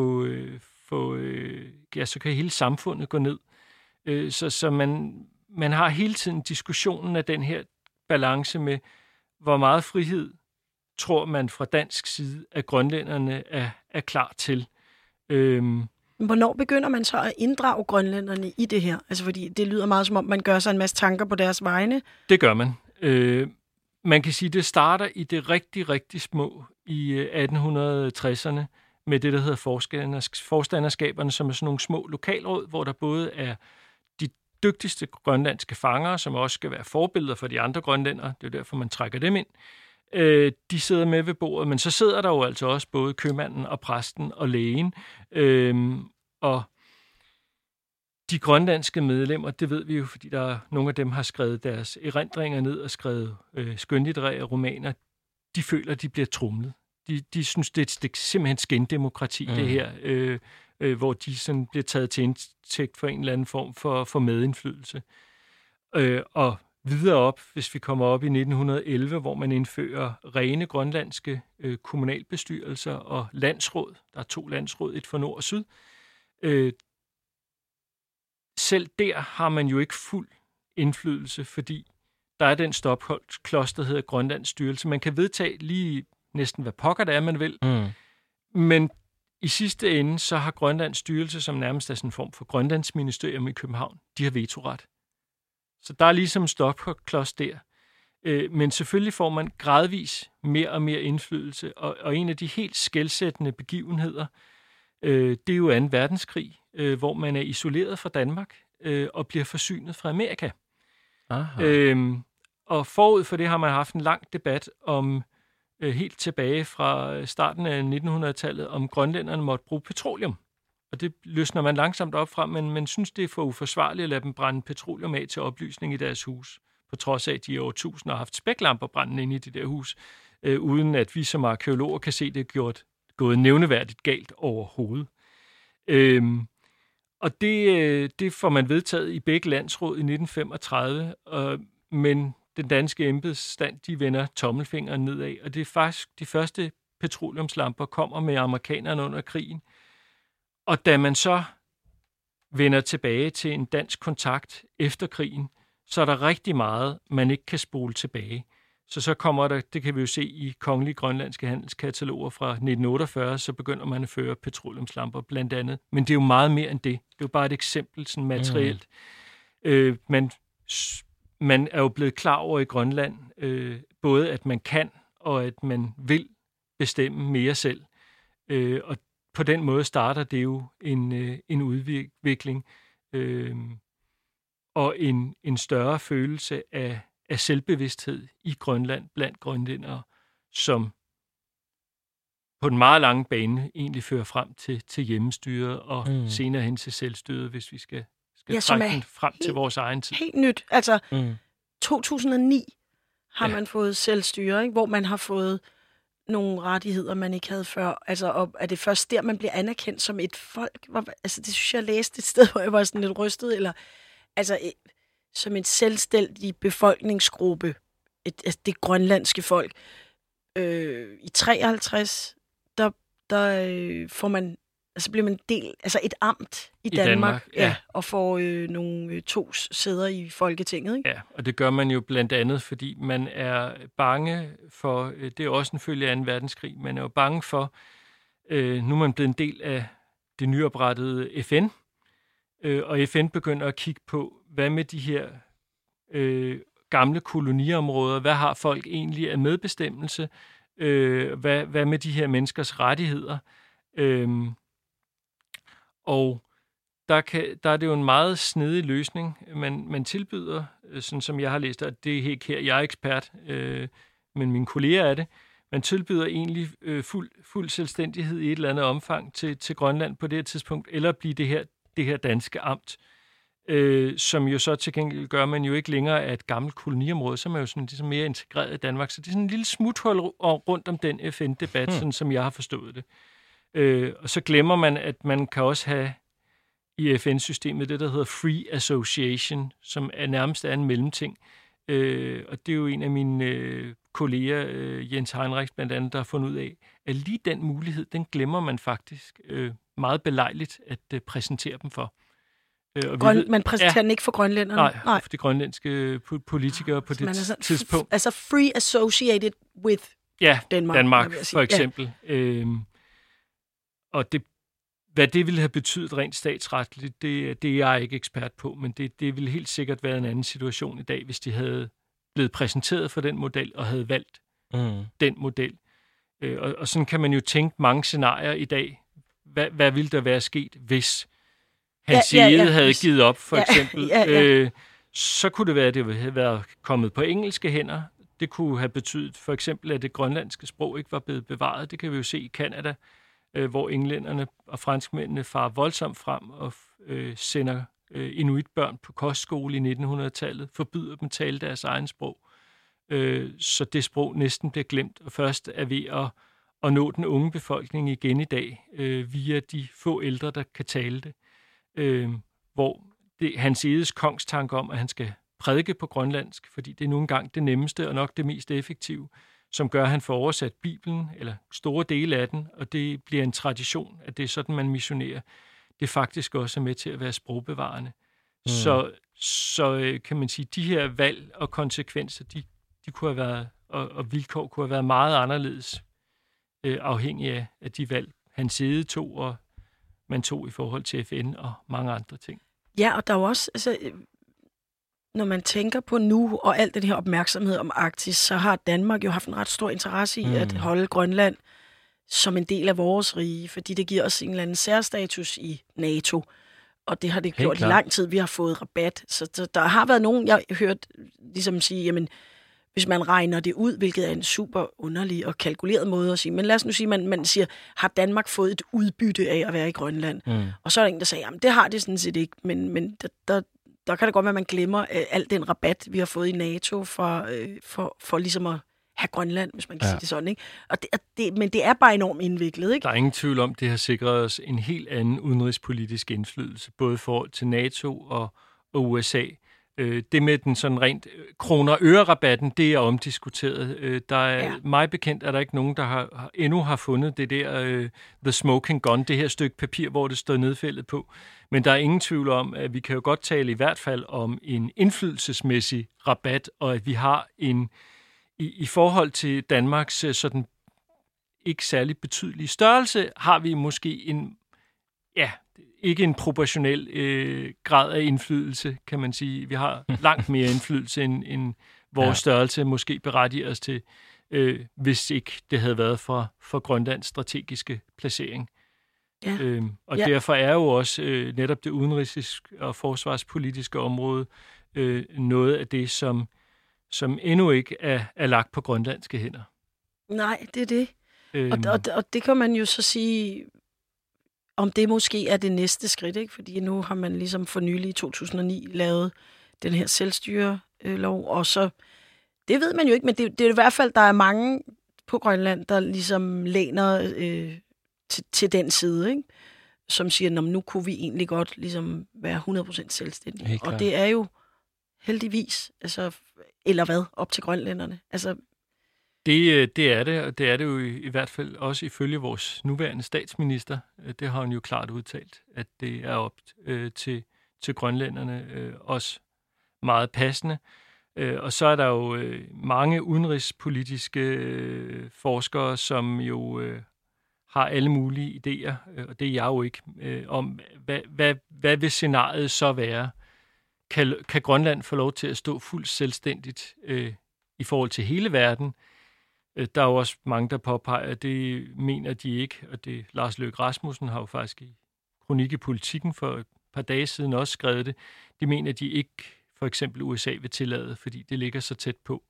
så kan hele samfundet gå ned. Så man har hele tiden diskussionen af den her balance med, hvor meget frihed tror man fra dansk side, at grønlænderne er klar til. Hvornår begynder man så at inddrage grønlænderne i det her? Altså fordi det lyder meget som om, man gør sig en masse tanker på deres vegne. Det gør man. Man kan sige, at det starter i det rigtig, rigtig små i 1860'erne med det, der hedder forstanderskaberne, som er sådan nogle små lokalråd, hvor der både er de dygtigste grønlandske fangere, som også skal være forbilleder for de andre grønlændere. Det er derfor, man trækker dem ind. De sidder med ved bordet, men så sidder der jo altså også både købmanden og præsten og lægen. Og de grønlandske medlemmer, det ved vi jo, fordi nogle af dem har skrevet deres erindringer ned og skrevet skønlitterære romaner. De føler, at de bliver tromlet. De synes, det er simpelthen skindemokrati, det her, hvor de sådan bliver taget til indtægt for en eller anden form for medindflydelse. Og videre op, hvis vi kommer op i 1911, hvor man indfører rene grønlandske kommunalbestyrelser og landsråd. Der er 2 landsråd, et for nord og syd. Selv der har man jo ikke fuld indflydelse, fordi der er den stopklods, der hedder Grønlands Styrelse. Man kan vedtage lige næsten hvad pokker det er, man vil. Men i sidste ende, så har Grønlands Styrelse, som nærmest er sådan en form for Grønlandsministerium i København, de har vetoret. Så der er ligesom stopklods der. Men selvfølgelig får man gradvis mere og mere indflydelse, og en af de helt skelsættende begivenheder, det er jo 2. verdenskrig, hvor man er isoleret fra Danmark og bliver forsynet fra Amerika. Og forud for det har man haft en lang debat om helt tilbage fra starten af 1900-tallet, om grønlænderne måtte bruge petroleum. Og det løsner man langsomt op fra, men man synes, det er for uforsvarligt at lade dem brænde petroleum af til oplysning i deres hus, på trods af, at de i årtusinder har haft spæklamper brændende inde i det der hus, uden at vi som arkeologer kan se, det er gået nævneværdigt galt overhovedet. Og det får man vedtaget i begge landsråd i 1935, men den danske embedsstand, de vender tommelfingeren nedad, og det er faktisk de første petroleumslamper kommer med amerikanerne under krigen. Og da man så vender tilbage til en dansk kontakt efter krigen, så er der rigtig meget, man ikke kan spole tilbage. Så kommer der, det kan vi jo se i kongelige grønlandske handelskataloger fra 1948, så begynder man at føre petroleumslamper blandt andet. Men det er jo meget mere end det. Det er jo bare et eksempel sådan materielt. Man er jo blevet klar over i Grønland, både at man kan og at man vil bestemme mere selv. Og på den måde starter det jo en udvikling og en større følelse af selvbevidsthed i Grønland blandt grønlændere, som på den meget lange bane egentlig fører frem til hjemmestyret og senere hen til selvstyret, hvis vi skal trække den frem til vores egen tid. Helt nyt. Altså 2009 har man fået selvstyre, ikke? Hvor man har fået nogle rettigheder, man ikke havde før. Altså, og er det først der, man bliver anerkendt som et folk? Altså, det synes jeg læste et sted, hvor jeg var sådan lidt rystet, eller altså som en selvstændig befolkningsgruppe, det grønlandske folk. I 53, der får man, altså bliver man del, altså et amt i Danmark ja, og får nogle 2 sæder i Folketinget, ikke? Ja, og det gør man jo blandt andet, fordi man er bange for, det er også en følge af 2. verdenskrig, man er jo bange for, nu er man blevet en del af det nyoprettede FN, og FN begynder at kigge på, hvad med de her gamle koloniområder, hvad har folk egentlig af medbestemmelse, hvad med de her menneskers rettigheder, og der er det jo en meget snedig løsning, man tilbyder, sådan som jeg har læst, og det er ikke her, jeg er ekspert, men mine kolleger er det. Man tilbyder egentlig fuld selvstændighed i et eller andet omfang til Grønland på det her tidspunkt, eller blive det her danske amt, som jo så til gengæld gør, man jo ikke længere er et gammelt koloniområde, som er jo sådan ligesom mere integreret i Danmark. Så det er sådan en lille smuthul rundt om den FN-debat, sådan som jeg har forstået det. Og så glemmer man, at man kan også have i FN-systemet det, der hedder Free Association, som nærmest er en mellemting. Og det er jo en af mine kolleger, Jens Heinrichs blandt andet, der har fundet ud af, at lige den mulighed, den glemmer man faktisk meget belejligt at præsentere dem for. Man præsenterer den ikke for grønlænderne? Nej, for de grønlandske politikere på det tidspunkt. Altså free associated with Danmark for eksempel. Ja. Og hvad det ville have betydet rent statsretligt, det er jeg ikke ekspert på, men det ville helt sikkert være en anden situation i dag, hvis de havde blevet præsenteret for den model og havde valgt den model. Og sådan kan man jo tænke mange scenarier i dag. Hvad ville der være sket, hvis Hans Egede havde givet op, for eksempel? Så kunne det være, at det havde været kommet på engelske hænder. Det kunne have betydet for eksempel, at det grønlandske sprog ikke var blevet bevaret. Det kan vi jo se i Canada, hvor englænderne og franskmændene farer voldsomt frem og sender inuitbørn på kostskole i 1900-tallet, forbyder dem at tale deres egen sprog. Så det sprog næsten bliver glemt, og først er ved at nå den unge befolkning igen i dag, via de få ældre, der kan tale det. Hvor Hans Egedes kongstanke om, at han skal prædike på grønlandsk, fordi det er nu engang det nemmeste og nok det mest effektive, som gør, at han får oversat Bibelen, eller store dele af den, og det bliver en tradition, at det er sådan, man missionerer. Det er faktisk også med til at være sprogbevarende. Så kan man sige, de her valg og konsekvenser, de kunne have været, og vilkår kunne have været meget anderledes, afhængig af de valg, Hans Egede tog, og man tog i forhold til FN og mange andre ting. Ja, og der er jo også, altså, når man tænker på nu, og al den her opmærksomhed om Arktis, så har Danmark jo haft en ret stor interesse i at holde Grønland som en del af vores rige, fordi det giver os en eller anden særstatus i NATO, og det har det gjort i lang tid. Vi har fået rabat, så der har været nogen, jeg har hørt ligesom sige, jamen, hvis man regner det ud, hvilket er en super underlig og kalkuleret måde at sige, men lad os nu sige, man siger, har Danmark fået et udbytte af at være i Grønland? Og så er der en, der siger, jamen det har det sådan set ikke, men der kan det godt være, at man glemmer al den rabat, vi har fået i NATO for ligesom at have Grønland, hvis man kan sige det sådan, ikke? Men det er bare enormt indviklet, ikke? Der er ingen tvivl om, det har sikret os en helt anden udenrigspolitisk indflydelse, både i forhold til NATO og USA. Det med den sådan rent kroner- og øre-rabatten, det er omdiskuteret. Der er mig bekendt, er der ikke nogen, der endnu har fundet det der the smoking gun, det her stykke papir, hvor det står nedfældet på. Men der er ingen tvivl om, at vi kan jo godt tale i hvert fald om en indflydelsesmæssig rabat, og at vi har en i forhold til Danmarks sådan ikke særlig betydelige størrelse, har vi måske ikke en proportionel grad af indflydelse, kan man sige. Vi har langt mere indflydelse, end vores størrelse måske berettiger os til, hvis ikke det havde været for Grønlands strategiske placering. Derfor er jo også netop det udenrigs- og forsvarspolitiske område noget af det, som endnu ikke er lagt på grønlandske hænder. Nej, det er det. Og det kan man jo så sige, om det måske er det næste skridt, ikke? Fordi nu har man ligesom for nylig i 2009 lavet den her selvstyrelov, og så, det ved man jo ikke, men det er i hvert fald, der er mange på Grønland, der ligesom læner til den side, ikke? Som siger, nu kunne vi egentlig godt ligesom være 100% selvstændige. Og det er jo heldigvis, altså, eller hvad, op til grønlænderne. Altså, det er det, og det er det jo i hvert fald også ifølge vores nuværende statsminister. Det har hun jo klart udtalt, at det er op til grønlænderne også meget passende. Og så er der jo mange udenrigspolitiske forskere, som jo har alle mulige idéer, og det er jeg jo ikke, om hvad vil scenariet så være? Kan Grønland få lov til at stå fuldt selvstændigt i forhold til hele verden? Der er jo også mange, der påpeger, at det mener de ikke, og det Lars Løkke Rasmussen har jo faktisk i Kronik i Politikken for et par dage siden også skrevet det. De mener, de ikke for eksempel USA vil tillade, fordi det ligger så tæt på.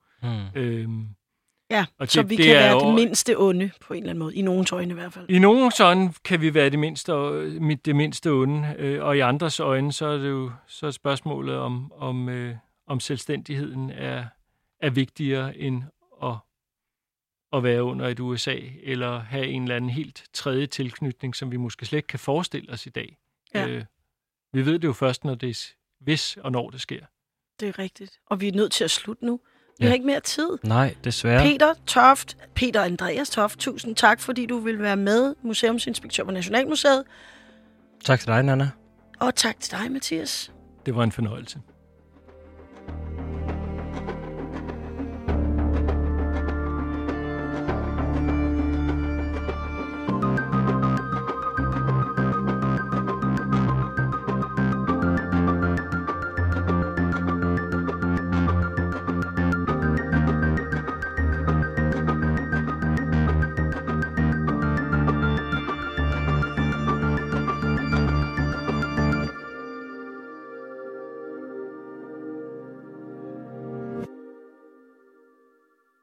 Og så vi kan være det mindste onde på en eller anden måde, i nogens øjne i hvert fald. I nogens øjne kan vi være det mindste onde, og i andres øjne, så er det jo så spørgsmålet om selvstændigheden er vigtigere end at være under et USA, eller have en eller anden helt tredje tilknytning, som vi måske slet ikke kan forestille os i dag. Vi ved det jo først, hvis og når det sker. Det er rigtigt. Og vi er nødt til at slutte nu. Vi har ikke mere tid. Nej, desværre. Peter Andreas Toft, tusind tak, fordi du vil være med, museumsinspektør på Nationalmuseet. Tak til dig, Nanna. Og tak til dig, Mathias. Det var en fornøjelse.